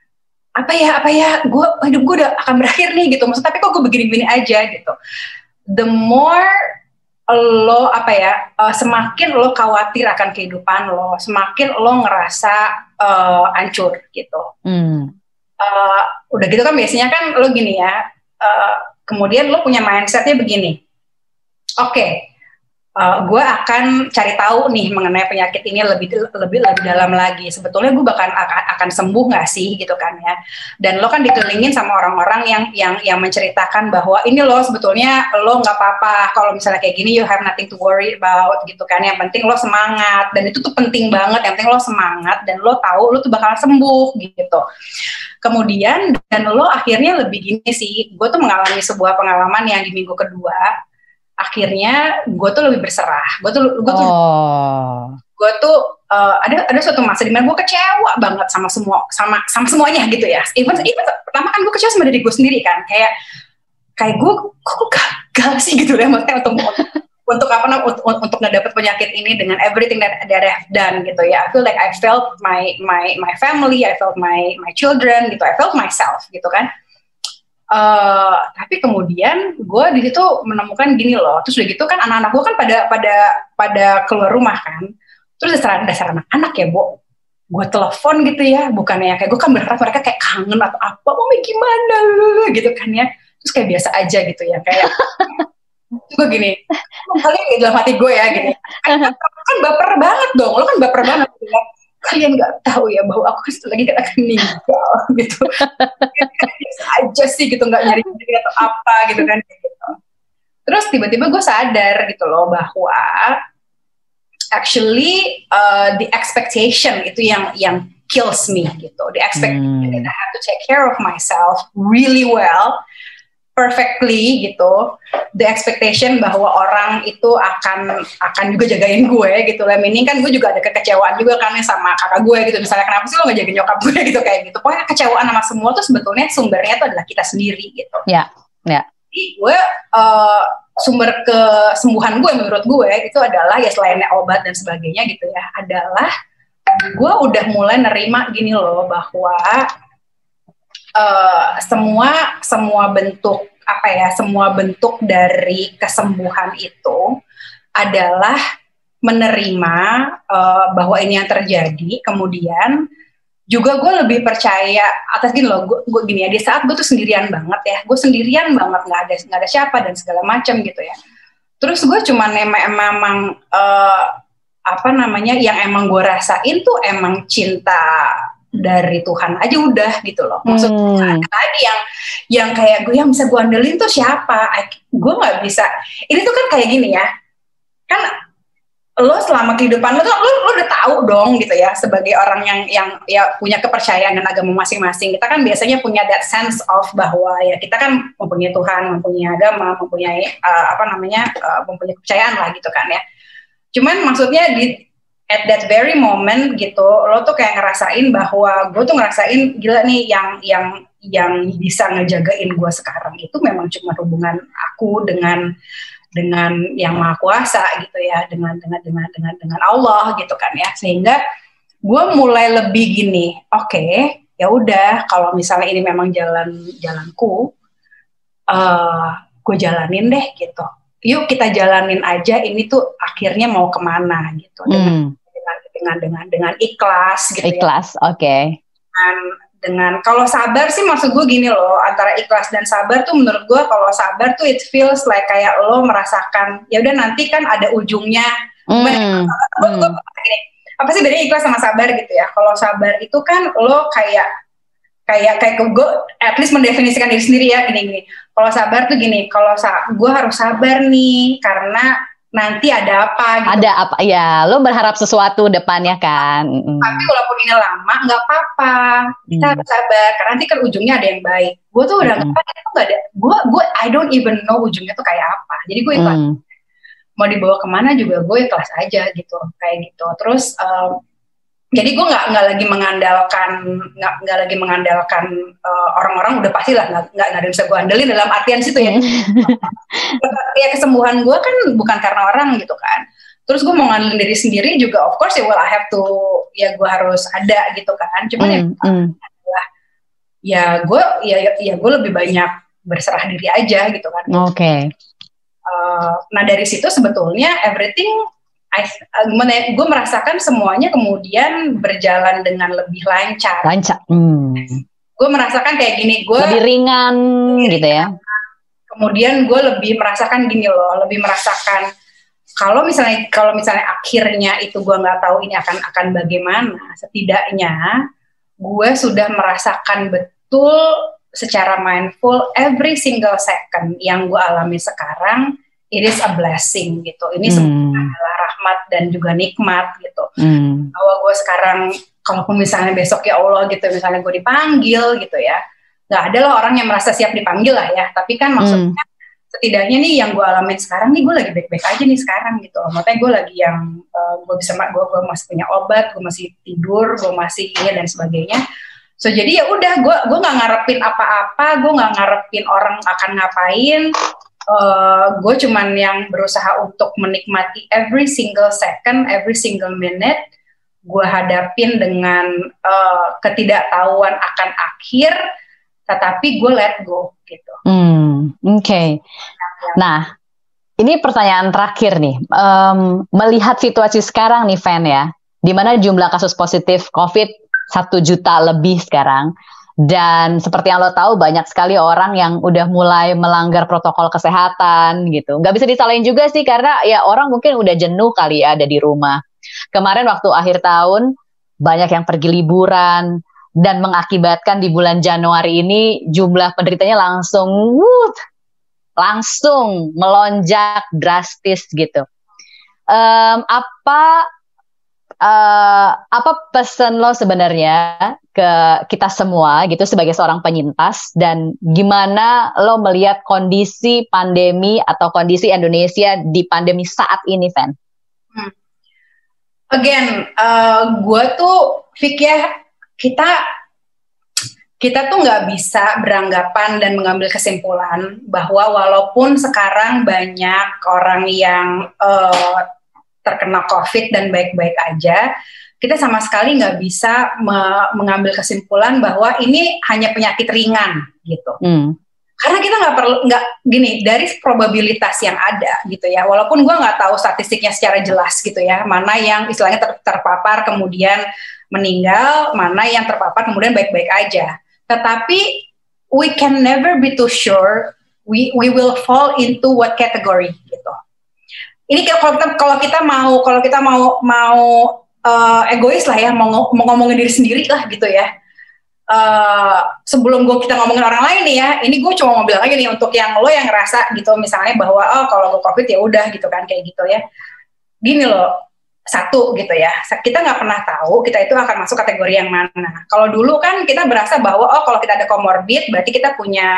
hidup gue udah akan berakhir nih gitu. Maksudnya tapi kok gue begini-begini aja gitu. The more lo semakin lo khawatir akan kehidupan lo, semakin lo ngerasa hancur gitu. Udah gitu kan biasanya kan lo gini ya, kemudian lo punya mindsetnya begini, oke, gue akan cari tahu nih mengenai penyakit ini lebih dalam lagi. Sebetulnya gue akan sembuh nggak sih gitu kan ya. Dan lo kan dikelilingin sama orang-orang yang menceritakan bahwa ini lo sebetulnya lo nggak apa-apa. Kalau misalnya kayak gini, you have nothing to worry about gitu kan. Yang penting lo semangat, dan itu tuh penting banget. Yang penting lo semangat dan lo tahu lo tuh bakal sembuh gitu. Kemudian dan lo akhirnya lebih gini sih. Gue tuh mengalami sebuah pengalaman yang di minggu kedua. Akhirnya gue tuh lebih berserah. Gue tuh ada suatu masa dimana gue kecewa banget sama semuanya gitu ya. Even pertama kan gue kecewa sama diri gue sendiri kan. Kayak gue kok gagal sih gitu ya, maksudnya untuk ngedapet penyakit ini dengan everything that I've done gitu ya. I feel like I felt my family, I felt my children gitu, I felt myself gitu kan. Tapi kemudian gue di situ menemukan gini loh. Terus udah gitu kan anak-anak gue kan pada keluar rumah kan. Terus dasar anak-anak ya, Bo, gue telepon gitu ya, bukannya kayak gue kan berharap mereka kayak kangen atau apa, mami gimana gitu kan ya. Terus kayak biasa aja gitu ya, kayak gue gini, kalian dalam hati gue ya gini, kan baper banget dong, lo kan baper banget gitu ya. Kalian nggak tahu ya bahwa aku lagi akan meninggal gitu. Biasa aja sih gitu, nggak nyari atau apa gitu kan gitu. Terus tiba-tiba gue sadar gitu loh bahwa actually the expectation itu yang kills me gitu. The expectation that I have to take care of myself really well, perfectly gitu. The expectation bahwa orang itu akan juga jagain gue gitu lah. Meaning kan gue juga ada kekecewaan juga kan sama kakak gue gitu. Misalnya kenapa sih lo gak jagain nyokap gue gitu kayak gitu. Pokoknya kekecewaan sama semua tuh sebetulnya sumbernya tuh adalah kita sendiri gitu. Ya. Jadi gue sumber kesembuhan gue menurut gue itu adalah ya selain obat dan sebagainya gitu ya, adalah gue udah mulai nerima gini loh bahwa semua bentuk semua bentuk dari kesembuhan itu adalah menerima bahwa ini yang terjadi. Kemudian juga gue lebih percaya atas gini loh, gue gini ya, di saat gue tuh sendirian banget ya, gue sendirian banget, nggak ada siapa dan segala macam gitu ya. Terus gue cuman memang yang emang gue rasain tuh emang cinta dari Tuhan aja udah gitu loh. Maksudnya tadi yang kayak gue yang bisa gue andelin tuh siapa? Gue nggak bisa. Ini tuh kan kayak gini ya, kan lo selama kehidupan lo tuh lo udah tahu dong gitu ya, sebagai orang yang ya punya kepercayaan dan agama masing-masing. Kita kan biasanya punya that sense of bahwa ya kita kan mempunyai Tuhan, mempunyai agama, mempunyai mempunyai kepercayaan lah gitu kan ya. Cuman maksudnya at that very moment gitu, lo tuh kayak ngerasain bahwa gue tuh ngerasain gila nih yang bisa ngejagain gue sekarang itu memang cuma hubungan aku dengan yang Maha Kuasa gitu ya, dengan Allah gitu kan ya. Sehingga gue mulai lebih gini, oke, ya udah kalau misalnya ini memang jalanku, gue jalanin deh gitu. Yuk kita jalanin aja, ini tuh akhirnya mau kemana gitu, dengan ikhlas gitu. Ikhlas, ya. Oke. Dengan kalau sabar sih, maksud gue gini loh, antara ikhlas dan sabar tuh menurut gue, kalau sabar tuh it feels like kayak lo merasakan ya udah nanti kan ada ujungnya. Apa sih bedanya ikhlas sama sabar gitu ya? Kalau sabar itu kan lo kayak gue at least mendefinisikan diri sendiri ya, gini. Kalau sabar tuh gini, kalau gue harus sabar nih karena nanti ada apa gitu. Ada apa, ya lo berharap sesuatu depannya kan. Tapi walaupun ini lama nggak apa-apa, kita harus sabar karena nanti kan ujungnya ada yang baik. Gue tuh udah nggak ada, gue I don't even know ujungnya tuh kayak apa. Jadi gue ikhlas. Mau dibawa kemana juga gue ikhlas aja gitu, kayak gitu. Terus jadi gue nggak lagi mengandalkan orang-orang, udah pasti lah nggak ada yang bisa gue andelin dalam artian situ ya. Ya kesembuhan gue kan bukan karena orang gitu kan. Terus gue mau ngandelin diri sendiri juga, of course ya, I have to, ya gue harus ada gitu kan. Cuman gue lebih banyak berserah diri aja gitu kan. Oke. Nah dari situ sebetulnya everything gue merasakan semuanya kemudian berjalan dengan lebih lancar. Gue merasakan kayak gini, gue lebih ringan gitu ya. Kemudian gue lebih merasakan gini loh, lebih merasakan kalau misalnya akhirnya itu gue nggak tahu ini akan bagaimana, setidaknya gue sudah merasakan betul secara mindful every single second yang gue alami sekarang. It is a blessing gitu. Ini semua adalah rahmat dan juga nikmat gitu. Bahwa gue sekarang, kalaupun misalnya besok ya Allah gitu, misalnya gue dipanggil gitu ya, nggak ada lah orang yang merasa siap dipanggil lah ya. Tapi kan maksudnya setidaknya nih yang gue alamin sekarang nih, gue lagi baik-baik aja nih sekarang gitu. Makanya gue lagi yang gue masih punya obat, gue masih tidur, gue masih ini dan sebagainya. So jadi ya udah, gue nggak ngarepin apa-apa, gue nggak ngarepin orang akan ngapain. Gue cuman yang berusaha untuk menikmati every single second, every single minute. Gue hadapin dengan ketidaktahuan akan akhir, tetapi gue let go gitu. Oke. Nah, ini pertanyaan terakhir nih. Melihat situasi sekarang nih, Van ya, di mana jumlah kasus positif COVID 1 juta lebih sekarang. Dan seperti yang lo tahu, banyak sekali orang yang udah mulai melanggar protokol kesehatan gitu. Nggak bisa disalahin juga sih, karena ya orang mungkin udah jenuh kali ya ada di rumah. Kemarin waktu akhir tahun, banyak yang pergi liburan, dan mengakibatkan di bulan Januari ini jumlah penderitanya langsung melonjak drastis gitu. Apa pesan lo sebenarnya ke kita semua gitu sebagai seorang penyintas, dan gimana lo melihat kondisi pandemi atau kondisi Indonesia di pandemi saat ini, Van? Again, gue tuh pikir kita kita tuh nggak bisa beranggapan dan mengambil kesimpulan bahwa walaupun sekarang banyak orang yang terkena COVID dan baik-baik aja, kita sama sekali nggak bisa mengambil kesimpulan bahwa ini hanya penyakit ringan gitu. Karena kita nggak gini, dari probabilitas yang ada gitu ya, walaupun gue nggak tahu statistiknya secara jelas gitu ya, mana yang istilahnya terpapar kemudian meninggal, mana yang terpapar kemudian baik-baik aja. Tetapi we can never be too sure we will fall into what category gitu. Ini kalau kita mau egois lah ya, mau ngomongin diri sendiri lah gitu ya. Sebelum kita ngomongin orang lain nih ya, ini gue cuma mau bilang aja nih untuk yang lo yang ngerasa gitu misalnya bahwa kalau gue COVID ya udah gitu kan kayak gitu ya. Gini loh, satu gitu ya, kita nggak pernah tahu kita itu akan masuk kategori yang mana. Kalau dulu kan kita berasa bahwa kalau kita ada comorbid berarti kita punya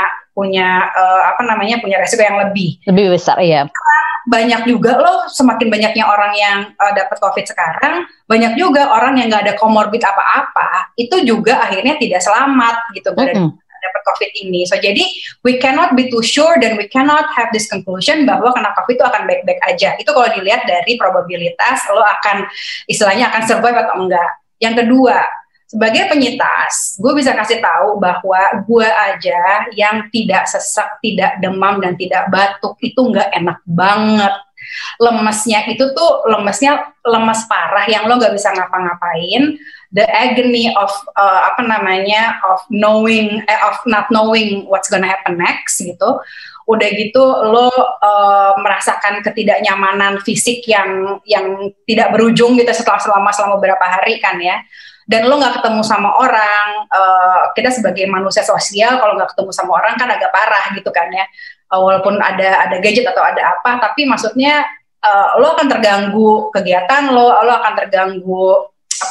resiko yang lebih besar ya. Banyak juga loh, semakin banyaknya orang yang dapat COVID sekarang, banyak juga orang yang nggak ada comorbid apa-apa, itu juga akhirnya tidak selamat gitu dapat COVID ini. So jadi we cannot be too sure dan we cannot have this conclusion bahwa kena COVID itu akan baik-baik aja. Itu kalau dilihat dari probabilitas lo akan istilahnya akan survive atau enggak. Yang kedua, sebagai penyintas, gue bisa kasih tahu bahwa gue aja yang tidak sesak, tidak demam, dan tidak batuk, itu nggak enak banget. Lemesnya itu tuh lemes parah yang lo nggak bisa ngapa-ngapain. The agony of of not knowing what's gonna happen next gitu. Udah gitu lo merasakan ketidaknyamanan fisik yang tidak berujung gitu selama beberapa hari kan ya. Dan lo nggak ketemu sama orang, kita sebagai manusia sosial kalau nggak ketemu sama orang kan agak parah gitu kan ya, walaupun ada gadget atau ada apa, tapi maksudnya lo akan terganggu kegiatan lo akan terganggu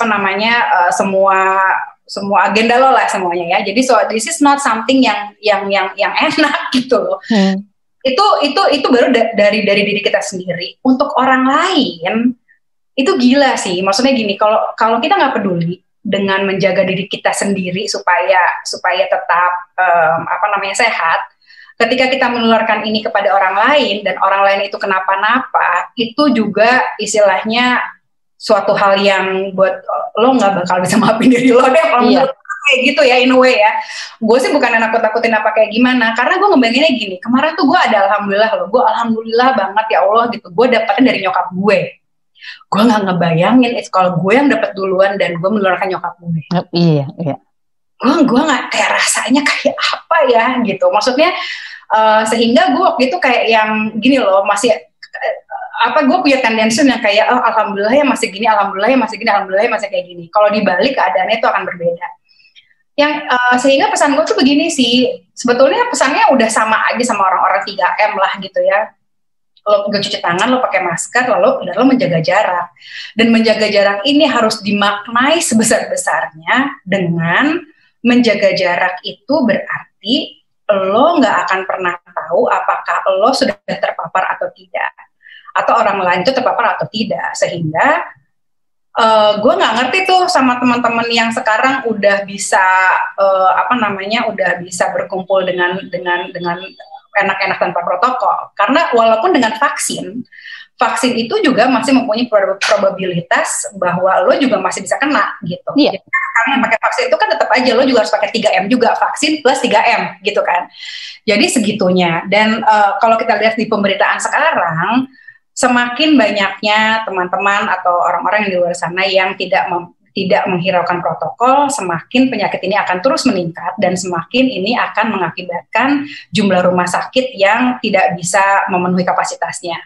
semua agenda lo lah semuanya ya. Jadi so this is not something yang enak gitu loh. Itu baru dari diri kita sendiri. Untuk orang lain itu gila sih. Maksudnya gini, kalau kita nggak peduli dengan menjaga diri kita sendiri supaya tetap sehat, ketika kita menularkan ini kepada orang lain dan orang lain itu kenapa-napa, itu juga istilahnya suatu hal yang buat lo nggak bakal bisa maafin diri lo deh kalau menurut kayak gitu ya, in a way ya. Gue sih bukan nakut-nakutin apa kayak gimana, karena gue ngebayanginnya gini, kemarin tuh gue ada alhamdulillah banget ya Allah gitu, gue dapetnya dari nyokap gue. Gue nggak ngebayangin kalau gue yang dapet duluan dan gue menularkan nyokap gue. Iya. Gue nggak kayak rasanya kayak apa ya gitu. Maksudnya sehingga gue waktu itu kayak yang gini loh, masih gue punya tendensi yang kayak alhamdulillah ya masih gini, alhamdulillah ya masih kayak gini. Kalau dibalik keadaannya itu akan berbeda. Yang sehingga pesan gue tuh begini sih, sebetulnya pesannya udah sama aja sama orang-orang 3M lah gitu ya. Lo cuci tangan, lo pakai masker, lalu lo menjaga jarak. Dan menjaga jarak ini harus dimaknai sebesar-besarnya dengan menjaga jarak itu berarti lo nggak akan pernah tahu apakah lo sudah terpapar atau tidak, atau orang lain itu terpapar atau tidak. Sehingga gue nggak ngerti tuh sama teman-teman yang sekarang udah bisa udah bisa berkumpul dengan enak-enak tanpa protokol. Karena walaupun dengan vaksin itu juga masih mempunyai probabilitas bahwa lo juga masih bisa kena gitu. Iya. Karena pakai vaksin itu kan tetap aja lo juga harus pakai 3M juga, vaksin plus 3M gitu kan. Jadi segitunya. Dan kalau kita lihat di pemberitaan sekarang, semakin banyaknya teman-teman atau orang-orang yang di luar sana yang tidak menghiraukan protokol, semakin penyakit ini akan terus meningkat dan semakin ini akan mengakibatkan jumlah rumah sakit yang tidak bisa memenuhi kapasitasnya.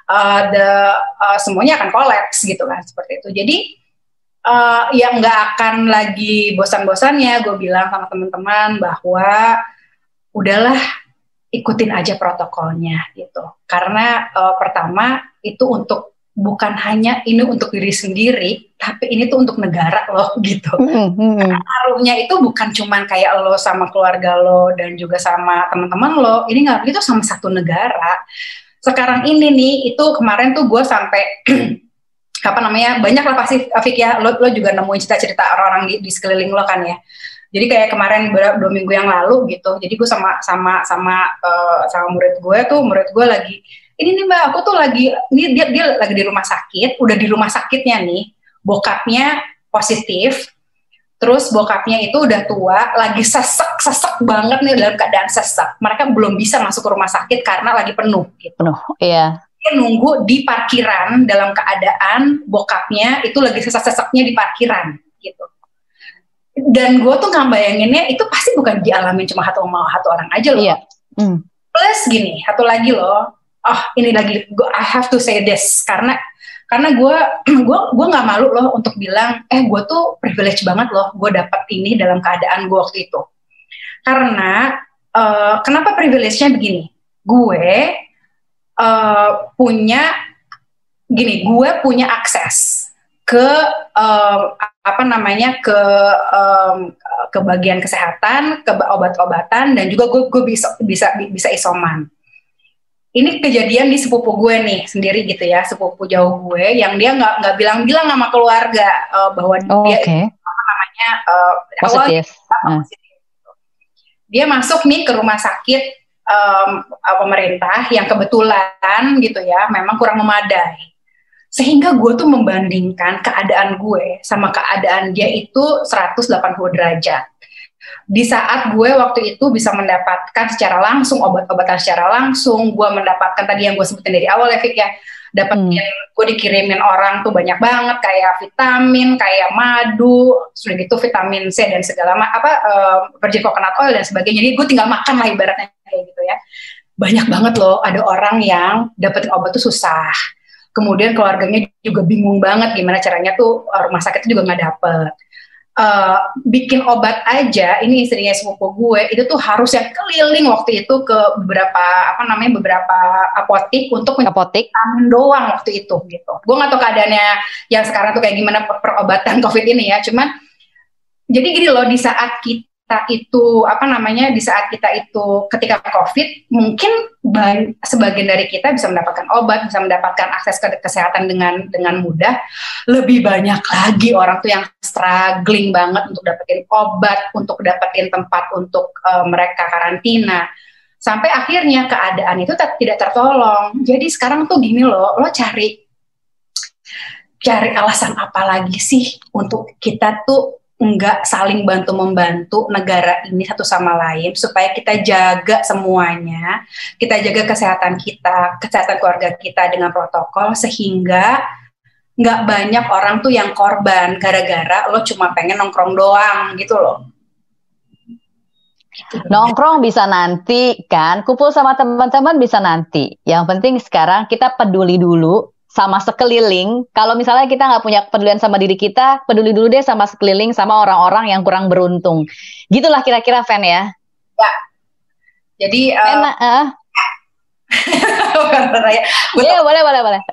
Semuanya akan kolaps gitu kan, seperti itu. Jadi yang nggak akan lagi bosan-bosannya gue bilang sama teman-teman bahwa udahlah ikutin aja protokolnya gitu. Karena pertama itu bukan hanya ini untuk diri sendiri, tapi ini tuh untuk negara loh gitu. Karena ngaruhnya itu bukan cuman kayak lo sama keluarga lo dan juga sama teman-teman lo, ini ngaruh itu sama satu negara. Sekarang ini nih, itu kemarin tuh gue sampai banyak lah pasti Afik ya, lo juga nemuin cerita-cerita orang-orang di sekeliling lo kan ya. Jadi kayak kemarin 2 minggu yang lalu gitu. Jadi gue sama murid gue lagi, ini nih Mbak, aku tuh lagi, ini dia lagi di rumah sakit, udah di rumah sakitnya nih, bokapnya positif. Terus bokapnya itu udah tua, lagi sesek banget nih, dalam keadaan sesek. Mereka belum bisa masuk ke rumah sakit karena lagi penuh. Gitu. Penuh, iya. Dia nunggu di parkiran dalam keadaan bokapnya itu lagi sesek-seseknya di parkiran, gitu. Dan gue tuh nggak bayanginnya itu pasti bukan dialamin cuma satu orang aja loh. Iya. Plus gini, satu lagi loh. Ini lagi, I have to say this karena gue nggak malu loh untuk bilang gue tuh privilege banget loh gue dapat ini dalam keadaan gue waktu itu. Karena kenapa privilege-nya begini, gue punya akses ke ke bagian kesehatan, ke obat-obatan, dan juga gue bisa isoman. Ini kejadian di sepupu gue nih sendiri gitu ya, sepupu jauh gue yang dia nggak bilang-bilang sama keluarga bahwa dia positif. Dia masuk nih ke rumah sakit pemerintah yang kebetulan gitu ya, memang kurang memadai. Sehingga gue tuh membandingkan keadaan gue sama keadaan dia itu 180 derajat. Di saat gue waktu itu bisa mendapatkan secara langsung obat-obatan secara langsung, gue mendapatkan tadi yang gue sebutin dari awal ya Fik ya, gue dikirimin orang tuh banyak banget kayak vitamin, kayak madu, sudah gitu vitamin C dan segala virgin coconut oil dan sebagainya. Jadi gue tinggal makan lah ibaratnya kayak gitu ya. Banyak banget loh, ada orang yang dapetin obat tuh susah. Kemudian keluarganya juga bingung banget gimana caranya tuh rumah sakit juga nggak dapet. Bikin obat aja, ini istrinya sepupu gue itu tuh harus yang keliling waktu itu ke beberapa apotik untuk vitamin doang waktu itu gitu. Gue nggak tahu keadaannya yang sekarang tuh kayak gimana perobatan COVID ini ya. Cuman jadi gini loh, di saat kita itu ketika COVID mungkin sebagian dari kita bisa mendapatkan obat, bisa mendapatkan akses ke kesehatan dengan mudah. Lebih banyak lagi orang tuh yang struggling banget untuk dapetin obat, untuk dapetin tempat untuk mereka karantina. Sampai akhirnya keadaan itu tidak tertolong. Jadi sekarang tuh gini loh, lo cari alasan apa lagi sih untuk kita tuh nggak saling bantu-membantu negara ini satu sama lain supaya kita jaga semuanya, kita jaga kesehatan kita, kesehatan keluarga kita dengan protokol sehingga nggak banyak orang tuh yang korban gara-gara lo cuma pengen nongkrong doang gitu loh. Nongkrong bisa nanti kan, kumpul sama teman-teman bisa nanti. Yang penting sekarang kita peduli dulu sama sekeliling. Kalau misalnya kita nggak punya kepedulian sama diri kita, peduli dulu deh sama sekeliling, sama orang-orang yang kurang beruntung. Gitulah kira-kira, Fen ya. Ya. Jadi Iya, boleh.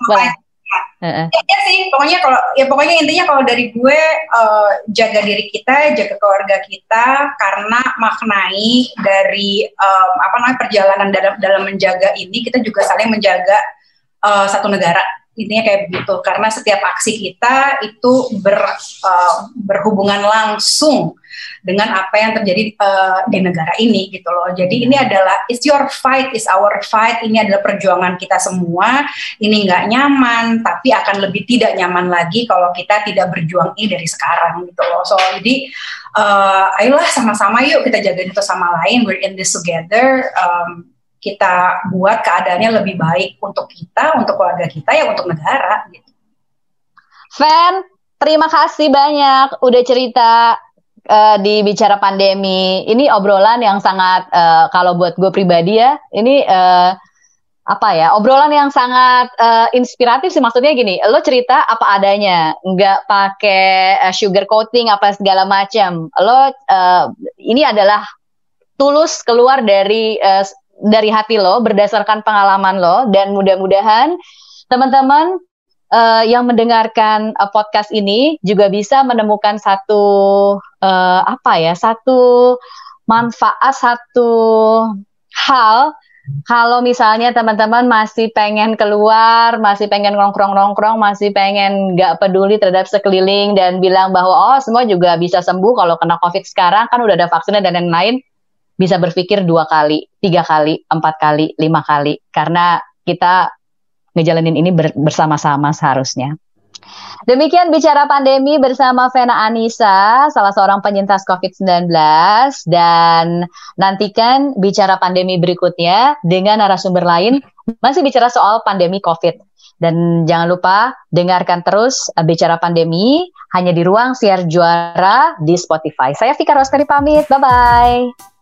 Ya sih, pokoknya intinya kalau dari gue jaga diri kita, jaga keluarga kita, karena maknai dari perjalanan dalam menjaga ini, kita juga saling menjaga satu negara. Intinya kayak begitu, karena setiap aksi kita itu berhubungan langsung dengan apa yang terjadi di negara ini gitu loh. Jadi ini adalah it's your fight, it's our fight. Ini adalah perjuangan kita semua. Ini nggak nyaman, tapi akan lebih tidak nyaman lagi kalau kita tidak berjuang ini dari sekarang gitu loh. So jadi ayolah sama-sama yuk kita jagain itu sama lain. We're in this together. Kita buat keadaannya lebih baik untuk kita, untuk keluarga kita, ya untuk negara. Gitu. Fen, terima kasih banyak udah cerita di Bicara Pandemi. Ini obrolan yang sangat, kalau buat gue pribadi ya, ini obrolan yang sangat inspiratif sih. Maksudnya gini, lo cerita apa adanya, nggak pakai sugar coating apa segala macam. Lo ini adalah tulus keluar dari hati lo berdasarkan pengalaman lo, dan mudah-mudahan teman-teman yang mendengarkan podcast ini juga bisa menemukan satu manfaat, satu hal Kalau misalnya teman-teman masih pengen keluar, masih pengen nongkrong-nongkrong, masih pengen nggak peduli terhadap sekeliling dan bilang bahwa oh semua juga bisa sembuh kalau kena COVID sekarang, kan udah ada vaksinnya dan lain-lain, bisa berpikir 2 kali, 3 kali, 4 kali, 5 kali, karena kita ngejalanin ini bersama-sama seharusnya. Demikian bicara pandemi bersama Vena Anissa, salah seorang penyintas COVID-19, dan nantikan bicara pandemi berikutnya dengan narasumber lain, masih bicara soal pandemi COVID. Dan jangan lupa dengarkan terus bicara pandemi hanya di Ruang Siar Juara di Spotify. Saya Vika Rosteri pamit, bye-bye.